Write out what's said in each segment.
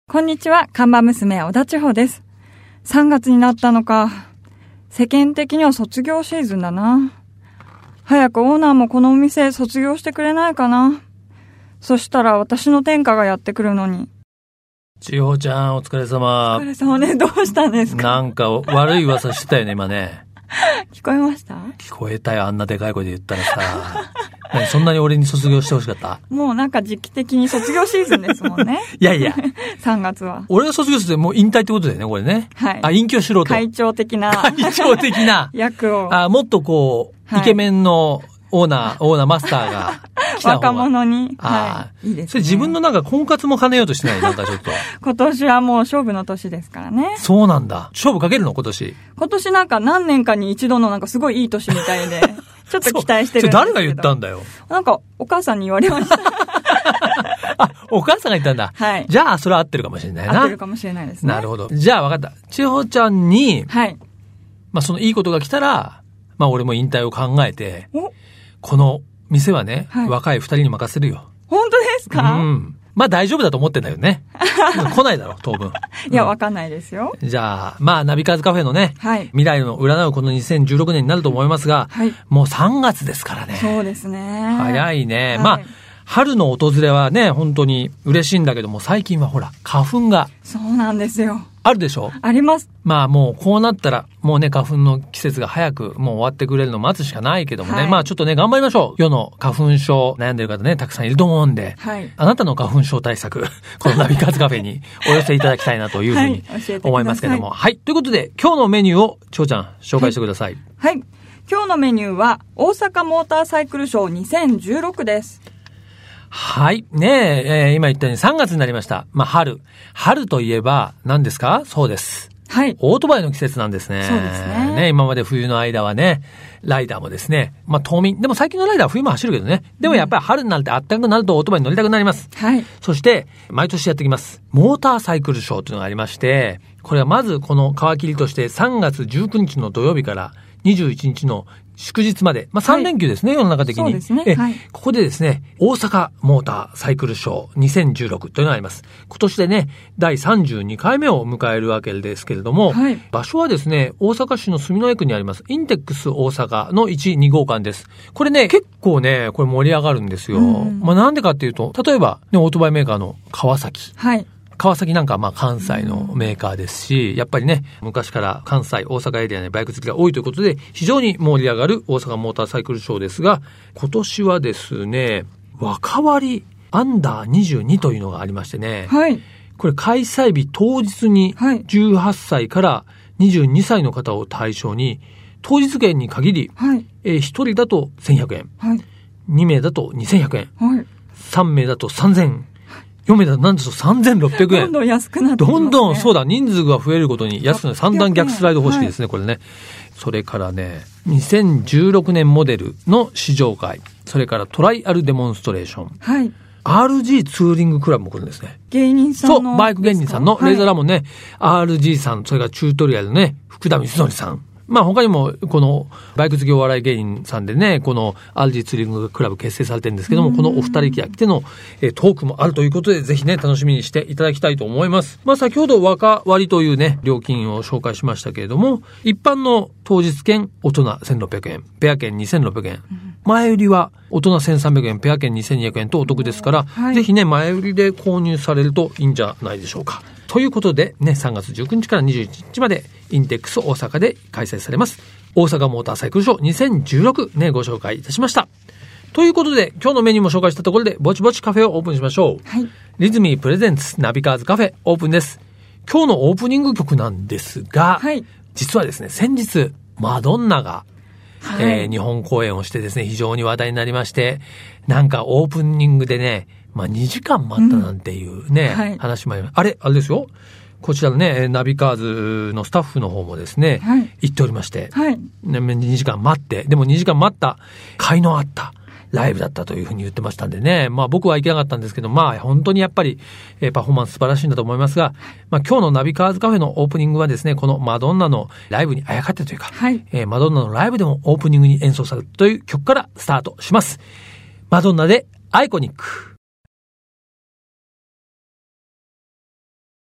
こんにちは、看板娘、小田千穂です。3月になったのか。世間的には卒業シーズンだな。早くオーナーもこのお店卒業してくれないかな。そしたら私の天下がやってくるのに。 千穂ちゃん、お疲れ様。 お疲れ様ね。どうしたんですか？ なんか悪い噂してたよね、今ね。 聞こえました？ 聞こえたよ、あんなでかい声で言ったらさ。そんなに俺に卒業してほしかった？ もうなんか時期的に卒業シーズンですもんね。 いやいや。 3月は。 俺が卒業してもう引退ってことだよね、これね。 はい。 あ、隠居しろと。 会長的な。 会長的な。 役を。 あ、もっとこう、はい、イケメンのオーナーマスターが来た方が。 若者に。 はい。 いいですね。 それ自分のなんか婚活も兼ねようとしてないなんかちょっと。 今年はもう勝負の年ですからね。 そうなんだ。勝負かけるの今年。 今年なんか何年かに一度のなんかすごいいい年みたいで。ちょっと期待してるんですけど。 誰が言ったんだよ。 なんか、お母さんに言われました。 あ、お母さんが言ったんだ。 はい。 じゃあ、それは合ってるかもしれないな。 合ってるかもしれないですね。 なるほど。じゃあ、わかった。千穂ちゃんに、 はい。 まあ、そのいいことが来たら、まあ、俺も引退を考えて、この店はね、はい、若い二人に任せるよ。 本当ですか？ うん。まあ、大丈夫だと思ってんだよね。来ないだろう、当分。 いや、わかんないですよ。 じゃあ、まあ、ナビカーズカフェのね、 はい、 未来の占うこの2016年になると思いますが、 はい、 もう3月ですからね。 そうですね。 早いね。 はい、 まあ、春の訪れはね、本当に嬉しいんだけども、最近はほら、花粉が。 そうなんですよ。 あるでしょ？ あります。 まあもうこうなったら、もうね、花粉の季節が早くもう終わってくれるのを待つしかないけどもね、はい、まあちょっとね、頑張りましょう。世の花粉症悩んでる方ね、たくさんいると思うんで、はい、あなたの花粉症対策、このナビカーズカフェにお寄せいただきたいなというふうに思いますけども。はい。ということで、今日のメニューを、千穂ちゃん、紹介してください。 はい。はい。今日のメニューは、大阪モーターサイクルショー2016です。 はい。ねえ、今言ったように3月になりました。まあ、春。春といえば何ですか？そうです。 はい。 オートバイの季節なんですね。 そうですね。 ね、今まで冬の間はね、ライダーもですね、まあ、冬眠。でも最近のライダーは冬も走るけどね。でもやっぱり春になって暖かくなるとオートバイに乗りたくなります。 はい。 そして、毎年やってきます。モーターサイクルショーというのがありまして、これはまずこの皮切りとして3月19日の土曜日から21日の祝日まで。まあ、3連休ですね、はい、世の中的に。 そうですね。はい。 ここでですね、大阪モーターサイクルショー2016というのがあります。今年でね、第32回目を迎えるわけですけれども、はい、場所はですね、大阪市の住之江区にあります、インテックス大阪の1、2号館です。これね、結構ね、これ盛り上がるんですよ。まあ、なんでかっていうと、例えば、ね、オートバイメーカーの川崎。はい。川崎なんかまあ関西のメーカーですし、やっぱりね、昔から関西、大阪エリアにバイク好きが多いということで、非常に盛り上がる大阪モーターサイクルショーですが、今年はですね、若割アンダー22というのがありましてね、はい。これ開催日当日に18歳から22歳の方を対象に、当日券に限り、はい。1人だと1100円、はい。2名だと2100円、はい。3名だと3000円、4名だとなんと3600円。 どんどん安くなってますね。 どんどん、そうだ、人数が増えるごとに安くなる。三段逆スライド方式ですね、はい、これね。それからね、2016年モデルの試乗会。それからトライアルデモンストレーション。はい。RG ツーリングクラブも来るんですね。 芸人さんの。 そう、バイク芸人さんのレーザーラモンね、はい、RG さん、それからチュートリアルね、福田光則さん。まあ他にもこのバイク好きお笑い芸人さんでね、この RG ツーリングクラブ結成されてるんですけども、このお二人来てのトークもあるということで、ぜひね、楽しみにしていただきたいと思います。まあ先ほど若割というね、料金を紹介しましたけれども、一般の当日券大人1600円、ペア券2600円。前売りは大人1300円、ペア券2200円とお得ですから、はい、ぜひね、前売りで購入されるといいんじゃないでしょうか。ということでね、3月19日から21日までインテックス大阪で開催されます。大阪モーターサイクルショー2016ね、ご紹介いたしました。ということで、今日のメニューも紹介したところで、ぼちぼちカフェをオープンしましょう。はい。リズミープレゼンツナビカーズカフェオープンです。今日のオープニング曲なんですが、はい。実はですね、先日、マドンナが、はい、日本公演をしてですね、非常に話題になりまして、なんかオープニングでね、まあ2時間待ったなんていうね、はい、話もあります。あれですよ。こちらのね、ナビカーズのスタッフの方もですね、はい、言っておりまして、はい、2時間待って、でも2時間待った、甲斐のあったライブだったというふうに言ってましたんでね、まあ僕は行けなかったんですけど、まあ本当にやっぱり、パフォーマンス素晴らしいんだと思いますが、まあ今日のナビカーズカフェのオープニングはですね、このマドンナのライブにあやかってというか、はい、マドンナのライブでもオープニングに演奏されるという曲からスタートします。マドンナでアイコニック。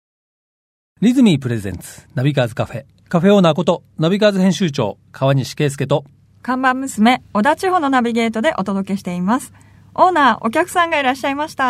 リズミープレゼンツナビカーズカフェ。カフェオーナーことナビカーズ編集長川西圭介と看板娘小田千穂のナビゲートでお届けしています。オーナー、お客さんがいらっしゃいました。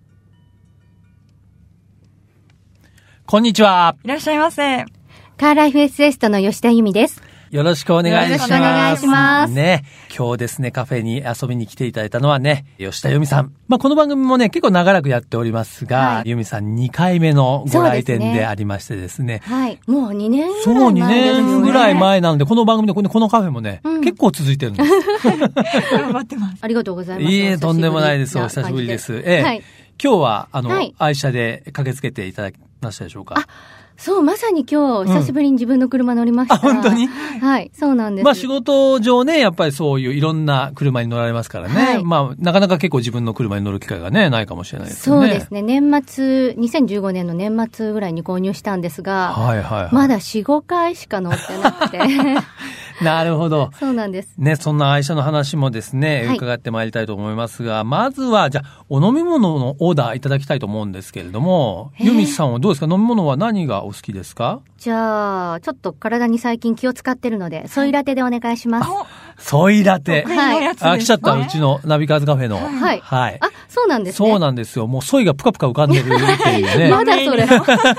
こんにちは。 いらっしゃいませ。 カーライフエッセイストの吉田由美です。 よろしくお願いします。 よろしくお願いします。 ね、今日ですね、カフェに遊びに来ていただいたのはね、吉田由美さん。この番組もね、結構長らくやっておりますが、はい、由美さん2回目のご来店でありましてですね。 はい。もう2年ぐらい前ですよね。 そう、2年ぐらい前なので、この番組で、このカフェもね、結構続いてるんです。 頑張ってます。 ありがとうございます。 いいえ、とんでもないです。お久しぶりです。はい。今日は、愛車で駆けつけていただきましたでしょうか。 そう、まさに今日、久しぶりに自分の車乗りました。 本当に？ はい、そうなんです。 仕事上ね、やっぱりそういういろんな車に乗られますからね。はい、なかなか結構自分の車に乗る機会がね、ないかもしれないですね。 そうですね。2015年の年末ぐらいに購入したんですが、まだ4、5回しか乗ってなくて。 なるほど。 そうなんです。 ね、そんな愛車の話もですね、伺ってまいりたいと思いますが、まずは、じゃあ、お飲み物のオーダーいただきたいと思うんですけれども、由美さんはどうですか？飲み物は何がお好きですか？ じゃあ、ちょっと体に最近気を使ってるので、ソイラテでお願いします。 ソイラテ。 はい。 来ちゃった、うちのナビカーズカフェの。 はい。はい。あ、そうなんですね。そうなんですよ。もうソイがぷかぷか浮かんでるっていうね。 まだそれを。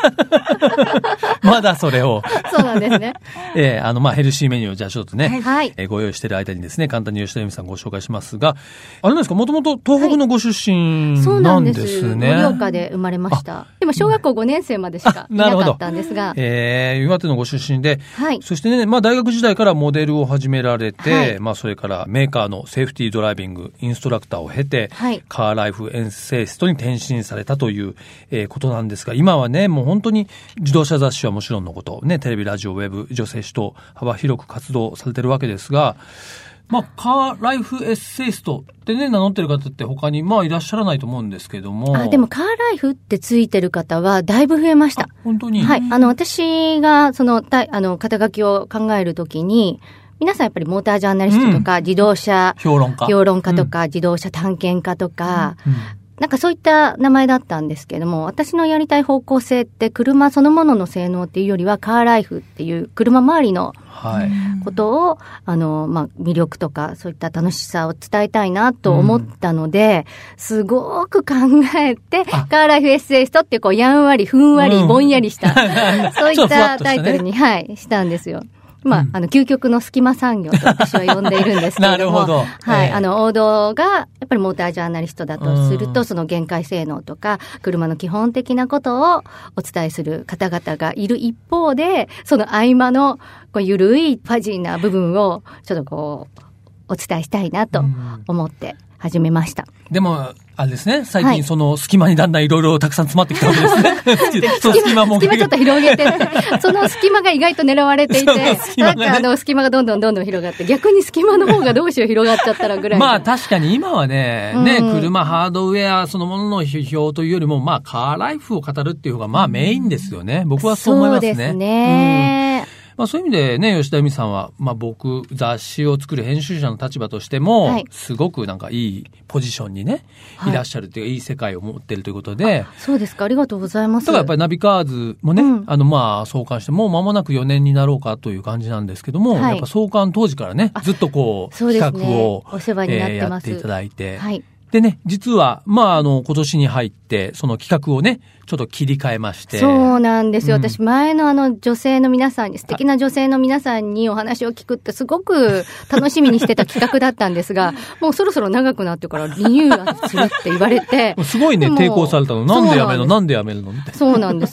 まだそれを。 そうなんですね。 ヘルシーメニューをじゃあちょっとね、 はい。 ご用意している間にですね、簡単に吉田由美さんご紹介しますが、あれなんですか、もともと東北のご出身なんですね。そうなんです。 盛岡で生まれました。でも小学校5年生までしかいなかったんですが。 岩手のご出身で、 はい。 そしてね、大学時代からモデルを始められて、はい、それからメーカーのセーフティードライビングインストラクターを経て、はい、カーライフエッセイストに転身されたという、ことなんですが、今はね、もう本当に自動車雑誌はもちろんのこと、ね、テレビ、ラジオ、ウェブ、女性誌と幅広く活動されてるわけですが、カーライフエッセイストってね、名乗ってる方って他にいらっしゃらないと思うんですけども。 でもカーライフってついてる方はだいぶ増えました。 本当に？ はい。私が肩書きを考えるときに、皆さんやっぱりモータージャーナリストとか、自動車評論家とか、自動車探検家とか、なんかそういった名前だったんですけども、私のやりたい方向性って車そのものの性能っていうよりはカーライフっていう車周りのことを、魅力とかそういった楽しさを伝えたいなと思ったので、すごく考えて、カーライフエッセイストってやんわり、ふんわり、ぼんやりした、そういったタイトルに、したんですよ。究極の隙間産業と私は呼んでいるんですけれども。 なるほど。 はい。王道が、やっぱりモータージャーナリストだとすると、その限界性能とか、車の基本的なことをお伝えする方々がいる一方で、その合間の、ゆるいファジーな部分を、ちょっとお伝えしたいなと思って始めました。 でも、あれですね、最近その隙間にだんだんいろいろたくさん詰まってきたわけですね。 隙間ちょっと広げてって、その隙間が意外と狙われていて、隙間がどんどん広がって、逆に隙間の方がどうしよう広がっちゃったらぐらい。 確かに今はね、車ハードウェアそのものの批評というよりも、カーライフを語るっていう方がメインですよね。僕はそう思いますね。 そうですね。 そういう意味でね、吉田由美さんは、僕、雑誌を作る編集者の立場としても、すごくいいポジションにね、いらっしゃるというか、いい世界を持っているということで。 そうですか、ありがとうございます。 だからやっぱりナビカーズもね、創刊してもう間もなく4年になろうかという感じなんですけども、やっぱ創刊当時からね、ずっと企画を、 お世話になってます。やっていただいて。でね、実は、今年に入って、その企画をね、ちょっと切り替えまして。 そうなんですよ。私、前の女性の皆さんに、素敵な女性の皆さんにお話を聞くってすごく楽しみにしてた企画だったんですが、もうそろそろ長くなってからリニューアルするって言われて。 すごいね、抵抗されたの。なんでやめるのみたいな。 そうなんです。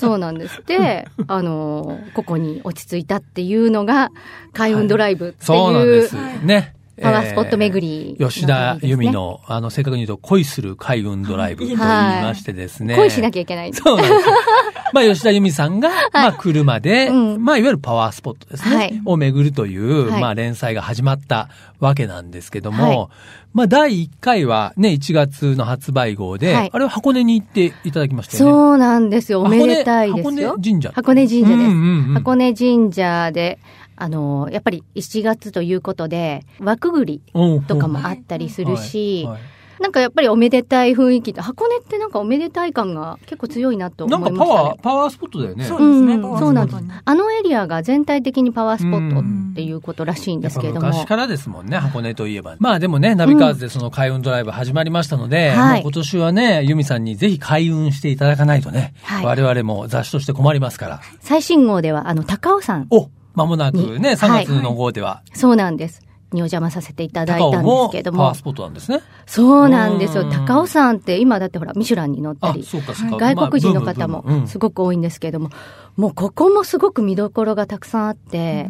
で、ここに落ち着いたっていうのが、開運ドライブっていう。 そうなんです。ね。 パワースポット巡り、 吉田由美の、正確に言うと、恋する開運ドライブと言いましてですね。 恋しなきゃいけない。 そうなんです。吉田由美さんが、車で、いわゆるパワースポットですね。を巡るという、連載が始まったわけなんですけども、第1回はね、1月の発売号で、あれは箱根に行っていただきましたよね。 そうなんですよ。おめでたいですよ。 箱根神社。 箱根神社です。箱根神社で、やっぱり7月ということで、枠繰りとかもあったりするし、 なんかやっぱりおめでたい雰囲気で、箱根ってなんかおめでたい感が結構強いなと思いましたね。 なんかパワースポットだよね。 そうですね、 そうなんです。あのエリアが全体的にパワースポットっていうことらしいんですけれども。 昔からですもんね、箱根といえば。まあでもね、ナビカーズでその開運ドライブ始まりましたので、もう今年はね、由美さんにぜひ開運していただかないとね、我々も雑誌として困りますから。 最新号では、高尾山。 間もなくね、3月の号では。 そうなんです。にお邪魔させていただいたんですけども。 パワースポットなんですね。 そうなんですよ。高尾山って今だってほら、ミシュランに載ったり、外国人の方もすごく多いんですけれども、もうここもすごく見どころがたくさんあって、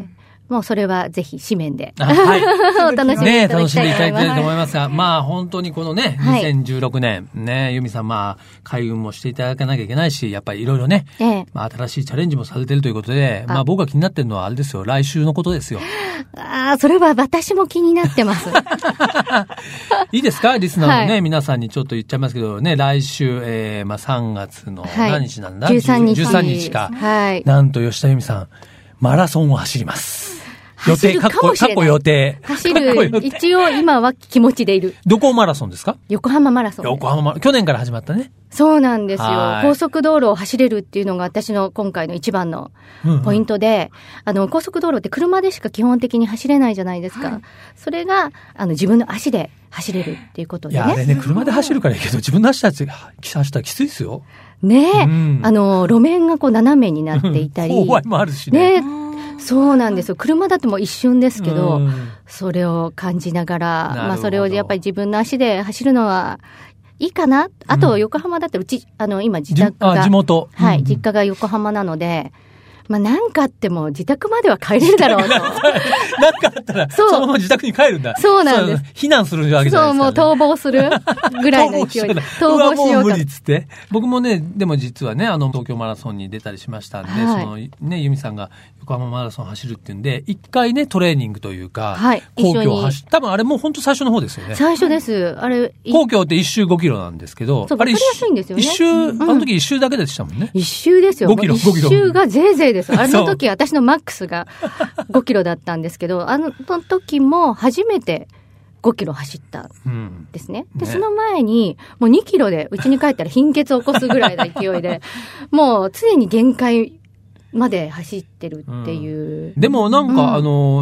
もうそれはぜひ紙面で、お楽しみにいただきたいと思います。 楽しんでいただきたいと思いますが、まあ本当にこのね、2016年、ね、由美さん開運もしていただかなきゃいけないし、やっぱりいろいろね、新しいチャレンジもされてるということで、僕が気になってるのはあれですよ、来週のことですよ。 それは私も気になってます。 いいですかリスナーのね、皆さんにちょっと言っちゃいますけどね、来週、3月の何日なんだ、13日か。なんと吉田由美さん、マラソンを走ります。予定、過去予定。 走る、一応今は気持ちでいる。 どこマラソンですか？ 横浜マラソン。 去年から始まったね。 そうなんですよ。高速道路を走れるっていうのが私の今回の一番のポイントで、高速道路って車でしか基本的に走れないじゃないですか。それが、自分の足で走れるっていうことでね。 いや、あれね、車で走るからいいけど、自分の足走ったらきついですよ。 ねえ、路面がこう斜めになっていたり。 勾配もあるしね。 そうなんですよ。車だともう一瞬ですけど、それを感じながら、それをやっぱり自分の足で走るのはいいかな。あと、横浜だって今自宅が。 地元。 はい、実家が横浜なので、なんかあっても自宅までは帰れるだろうと。なんかあったら、そのまま自宅に帰るんだ。 そうなんです。 避難するわけじゃないですか。 そう、もう逃亡するぐらいの勢いで。逃亡しようか。 無理っつって。僕もね、でも実はね、東京マラソンに出たりしましたんで、そのね、由美さんが横浜マラソン走るっていうんで、一回ね、トレーニングというか、皇居を多分あれもう本当最初の方ですよね。 最初です。あれ、 皇居って一周5キロなんですけど、 あれ、わかりやすいんですよね。 あの時一周だけでしたもんね。 一周ですよ。 5キロ。 一周がぜいぜいです。あの時私のマックスが5キロだったんですけど、あの時も初めて5キロ走ったんですね。で、その前にもう2キロで家に帰ったら貧血を起こすぐらいの勢いで、もう常に限界まで走ってるっていう。 でもなんか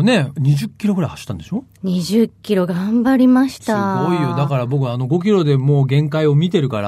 20キロぐらい走ったんでしょ？ 20キロ頑張りました。 すごいよ。だから僕5キロでもう限界を見てるから、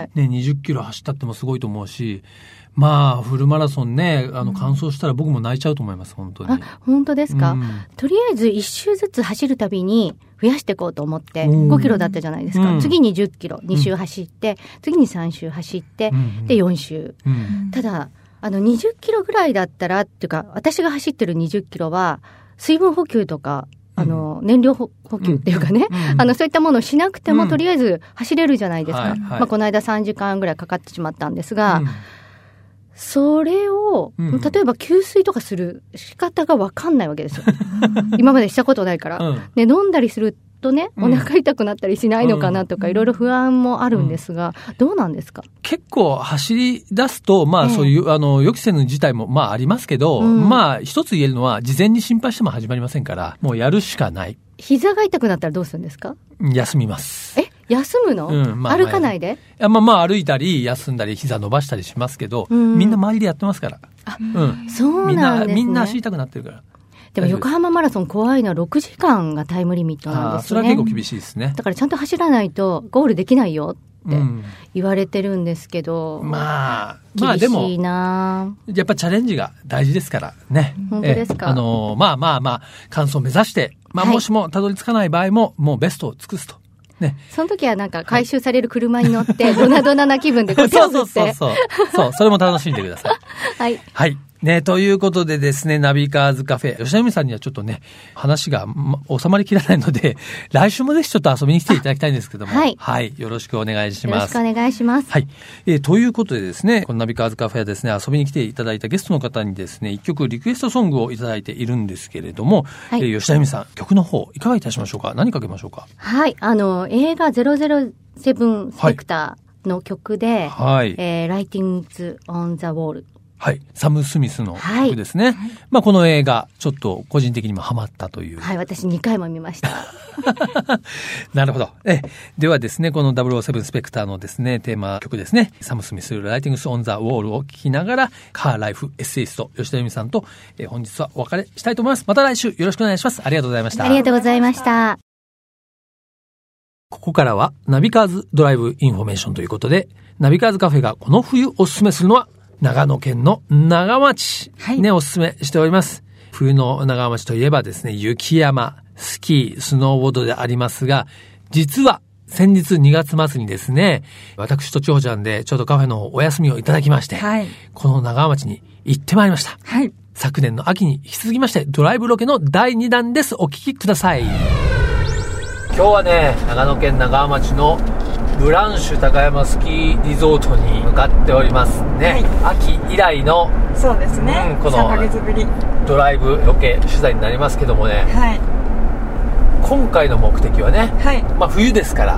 ね、20キロ走ったってもすごいと思うし、フルマラソンね、完走したら僕も泣いちゃうと思います、本当に。 本当ですか？とりあえず1周ずつ走るたびに増やしていこうと思って、5キロだったじゃないですか。次に10キロ、2周走って、次に3周走って、で、4周。ただ、20キロぐらいだったら、っていうか、私が走ってる20キロは、水分補給とか、燃料補給っていうかね、そういったものをしなくても、とりあえず走れるじゃないですか。この間3時間ぐらいかかってしまったんですが、それを、例えば給水とかする仕方がわかんないわけですよ。今までしたことないから。で、飲んだりするとね、お腹痛くなったりしないのかなとか、いろいろ不安もあるんですが、どうなんですか？ 結構走り出すと、そういう、予期せぬ事態も、ありますけど、一つ言えるのは、事前に心配しても始まりませんから、もうやるしかない。 膝が痛くなったらどうするんですか？ 休みます。 休むの？歩かないで？ 歩いたり、休んだり、膝伸ばしたりしますけど、みんな周りでやってますから。 そうなんですね。 みんな足痛くなってるから。 でも横浜マラソン怖いのは6時間がタイムリミットなんですね。 それは結構厳しいですね。 だからちゃんと走らないとゴールできないよって言われてるんですけど。 でも、やっぱチャレンジが大事ですからね。 本当ですか？ 完走目指して、もしもたどり着かない場合も、もうベストを尽くすと。ね。 その時はなんか回収される車に乗って、ドナドナな気分でこう手を振って。 そう、それも楽しんでください。 はい。 はい。ね、ということでですね、ナビカーズカフェ。吉田由美さんにはちょっとね、話が収まりきらないので、来週もぜひちょっと遊びに来ていただきたいんですけども。はい。よろしくお願いします。 よろしくお願いします。 はい。ということでですね、このナビカーズカフェはですね、遊びに来ていただいたゲストの方にですね、一曲リクエストソングをいただいているんですけれども、吉田由美さん、曲の方、いかがいたしましょうか？何かけましょうか？ はい。映画007スペクターの曲で、Writings on the Wall。 はい。サム・スミスの曲ですね。はい、まあこの映画、ちょっと個人的にもハマったという。 はい、私2回も見ました。 なるほど。ではですね、この007スペクターのですね、テーマ曲ですね、サム・スミス、ライティングス・オン・ザ・ウォールを聴きながら、カーライフ・エッセイスト、吉田由美さんと、本日はお別れしたいと思います。また来週よろしくお願いします。ありがとうございました。 ありがとうございました。 ここからは、ナビカーズドライブインフォメーションということで、ナビカーズカフェがこの冬おすすめするのは、長野県の長町、はい、ね、おすすめしております。冬の長町といえばですね、雪山、スキー、スノーボードでありますが、実は先日2月末にですね、私と千穂ちゃんでちょうどカフェのお休みをいただきまして、はい、この長町に行ってまいりました。はい、昨年の秋に引き続きまして、ドライブロケの第2弾です。お聞きください。今日はね、長野県長町のブランシュ高山スキーリゾートに向かっておりますね、はい、秋以来のそうですね、 この 3ヶ月ぶりドライブロケ取材になりますけどもね、はい、今回の目的はね、はい、まあ、冬ですから、はい、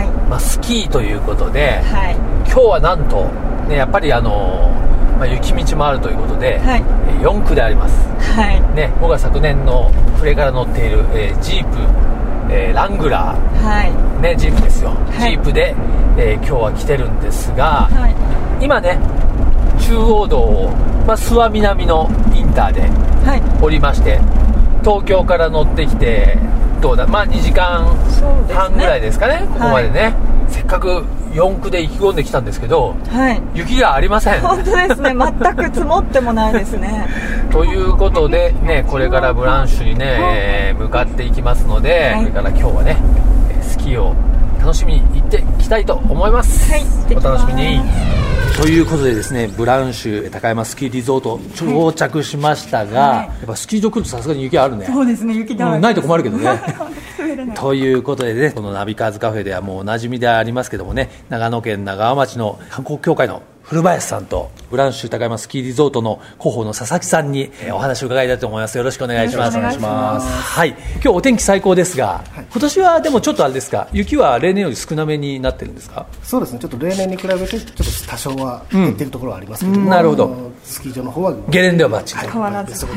まあ、スキーということで、はい、今日はなんと、ね、やっぱりまあ、雪道もあるということで、はい、4区であります、はいね、僕が昨年の暮れから乗っている、ジープラングラー、はいね、ジープですよ、はい、ジープで、今日は来てるんですが、はい、今ね中央道を、まあ、諏訪南のインターで降りまして、はい、東京から乗ってきてどうだ、まあ、2時間半ぐらいですかね、ここまでね、はい、せっかく4区で意気込んできたんですけど、はい、雪がありません。 本当ですね、全く積もってもないですね。 ということで、ね、これからブランシュにね、向かっていきますので、はい、これから今日はねスキーを楽しみに行っていきたいと思います、はい、お楽しみに。ということでですね、ブランシュ高山スキーリゾート到着しましたが、はい、やっぱスキー場来るとさすがに雪あるね。 そうですね、雪だらけ、 ないと困るけどねということでね、このナビカーズカフェではもうおなじみでありますけどもね、長野県長浜町の観光協会の古林さんとブランシュ高山スキーリゾートの広報の佐々木さんにお話を伺いたいと思います。よろしくお願いします。お願いします。はい、今日お天気最高ですが、はい、今年はでもちょっとあれですか、雪は例年より少なめになってるんですか？ そうですね、ちょっと例年に比べてちょっと多少は減ってるところはありますけども、 なるほど。 スキー場の方はゲレンデはバッチリ、 変わらず、はい、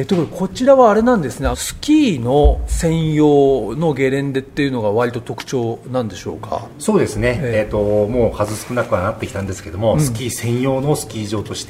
こちらはあれなんですね、スキーの専用のゲレンデっていうのが割と特徴なんでしょうか？ そうですね、もう数少なくはなってきたんですけども、スキー専用のスキー場として、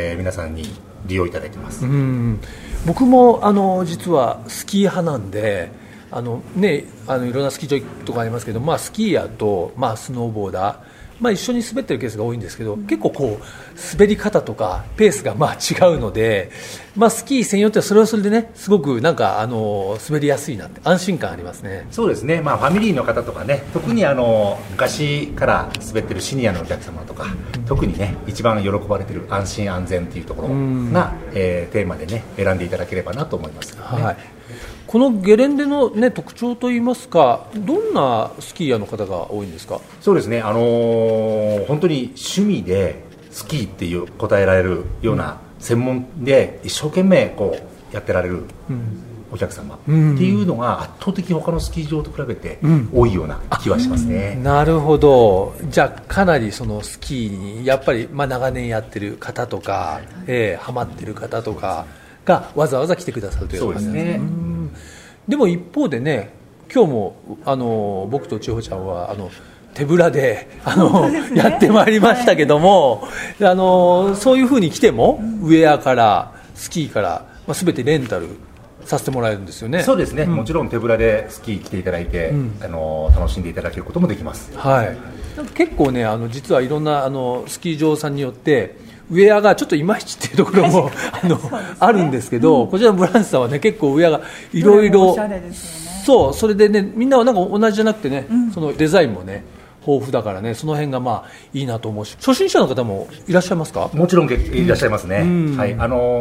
皆さんに利用いただいてます。 僕も実はスキー派なんで、ね、いろんなスキー場とかありますけど、まあ、スキーヤーと、まあ、スノーボーダー、まあ、一緒に滑ってるケースが多いんですけど、結構こう滑り方とかペースがまあ違うので、まあ、スキー専用ってそれはそれでね、すごくなんか滑りやすいなって安心感ありますね。 そうですね、まあ、ファミリーの方とかね、特に昔から滑ってるシニアのお客様とか、特にね一番喜ばれてる安心安全っていうところが、テーマでね選んでいただければなと思います、ね。はい、 このゲレンデの、ね、特徴といいますか、どんなスキーヤーの方が多いんですか？ そうですね、本当に趣味でスキーっていう答えられるような専門で一生懸命こうやってられるお客様っていうのが圧倒的に他のスキー場と比べて多いような気はしますね。 なるほど。じゃあかなりそのスキーにやっぱり、まあ、長年やってる方とか、ハマってる方とかがわざわざ来てくださるという感じですね。でも一方でね、今日も僕と千穂ちゃんは手ぶらでやってまいりましたけども、そういう風に来てもウェアからスキーから、まあ、全てレンタルさせてもらえるんですよね。 そうですね、もちろん手ぶらでスキー来ていただいて、楽しんでいただけることもできます。はい、 結構ね実はいろんなスキー場さんによってウェアがちょっといまいちっていうところもあるんですけど、こちらのブランシュさんはね結構ウェアがいろいろ、そう、それでねみんなはなんか同じじゃなくてね、そのデザインもね豊富だからね、その辺がまあいいなと思うし、初心者の方もいらっしゃいますか？ もちろんいらっしゃいますね。はい、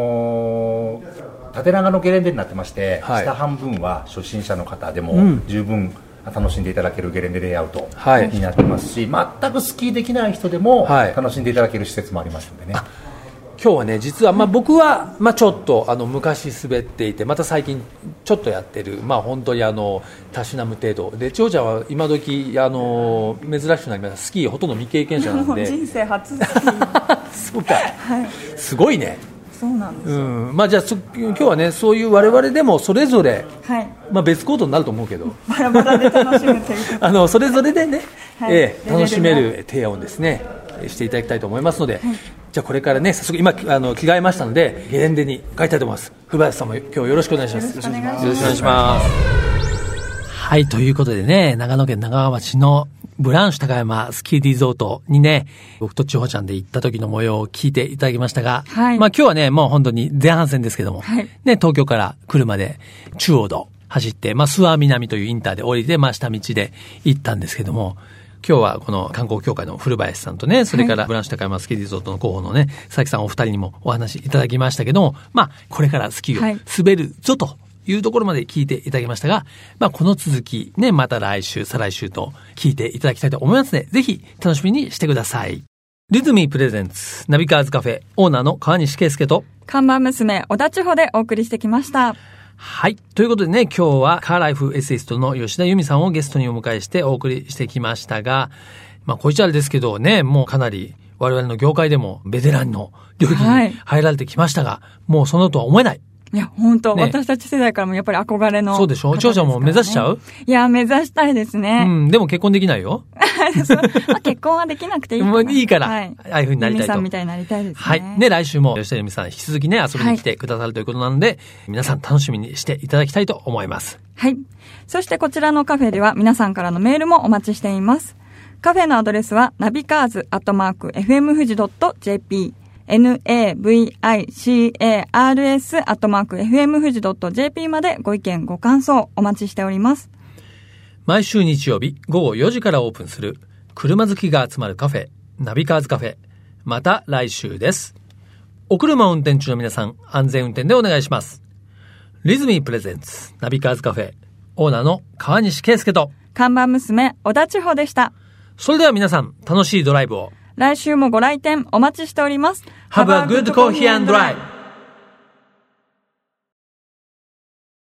縦長のゲレンデになってまして、はい、下半分は初心者の方でも十分楽しんでいただけるゲレンデレイアウトになってますし、全くスキーできない人でも楽しんでいただける施設もありますのでね。 今日はね実は、僕は、ちょっと昔滑っていて、また最近ちょっとやってる、本当にたしなむ程度で、千穂ちゃんは今時珍しくなりましたスキーほとんど未経験者なんで人生初スキーそうか、 はい、 すごいね。 そうなんですよ。 まあじゃあ今日はね、そういう我々でもそれぞれ、 はい、 まあ別行動になると思うけど、 バラバラで楽しむというそれぞれでね、 はい、 楽しめる提案をですね、していただきたいと思いますので、はい、じゃあこれからね、早速今着替えましたので、ゲレンデに帰りたいと思います。古林さんも今日よろしくお願いします。よろしくお願いします。はい、ということでね、長野県長川町のブランシュ高山スキーリゾートにね、僕と千穂ちゃんで行った時の模様を聞いていただきましたが、はい、まあ今日はね、もう本当に前半戦ですけども、はい、ね、東京から車で中央道走って、まあ諏訪南というインターで降りて、まあ下道で行ったんですけども、今日はこの観光協会の古林さんとね、それからブランシュ高山スキーリゾートの広報のね、佐々木さんお二人にもお話いただきましたけども、まあこれからスキーを滑るぞというところまで聞いていただきましたが、まあこの続きね、また来週、再来週と聞いていただきたいと思いますので、ぜひ楽しみにしてください。リズミープレゼンツナビカーズカフェオーナーの川西圭介と看板娘小田千穂でお送りしてきました。 はい。ということでね、今日はカーライフエッセイストの吉田由美さんをゲストにお迎えしてお送りしてきましたが、まあこいつあれですけどね、もうかなり我々の業界でもベテランの領域に入られてきましたが、もうそのとは思えない。 いや、本当、ね、私たち世代からもやっぱり憧れの、ね。 そうでしょ？長ちゃんも目指しちゃう？ いや、目指したいですね。 でも結婚できないよ。 まあ、結婚はできなくていいかな。 もういいから、はい、ああいう風になりたいと。 由美さんみたいになりたいですね。 はい。ね、来週も吉田由美さん引き続きね、遊びに来てくださるということなので、皆さん楽しみにしていただきたいと思います。 はい。そしてこちらのカフェでは皆さんからのメールもお待ちしています。カフェのアドレスは、ナビカーズ@fm富士.jp navicars@fm富士.jp までご意見ご感想お待ちしております。 毎週日曜日午後4時からオープンする車好きが集まるカフェナビカーズカフェ、また来週です。お車を運転中の皆さん、安全運転でお願いします。リズミープレゼンツナビカーズカフェオーナーの川西圭介と看板娘小田千穂でした。 それでは皆さん、楽しいドライブを。 来週もご来店お待ちしております。 Have a good coffee and drive!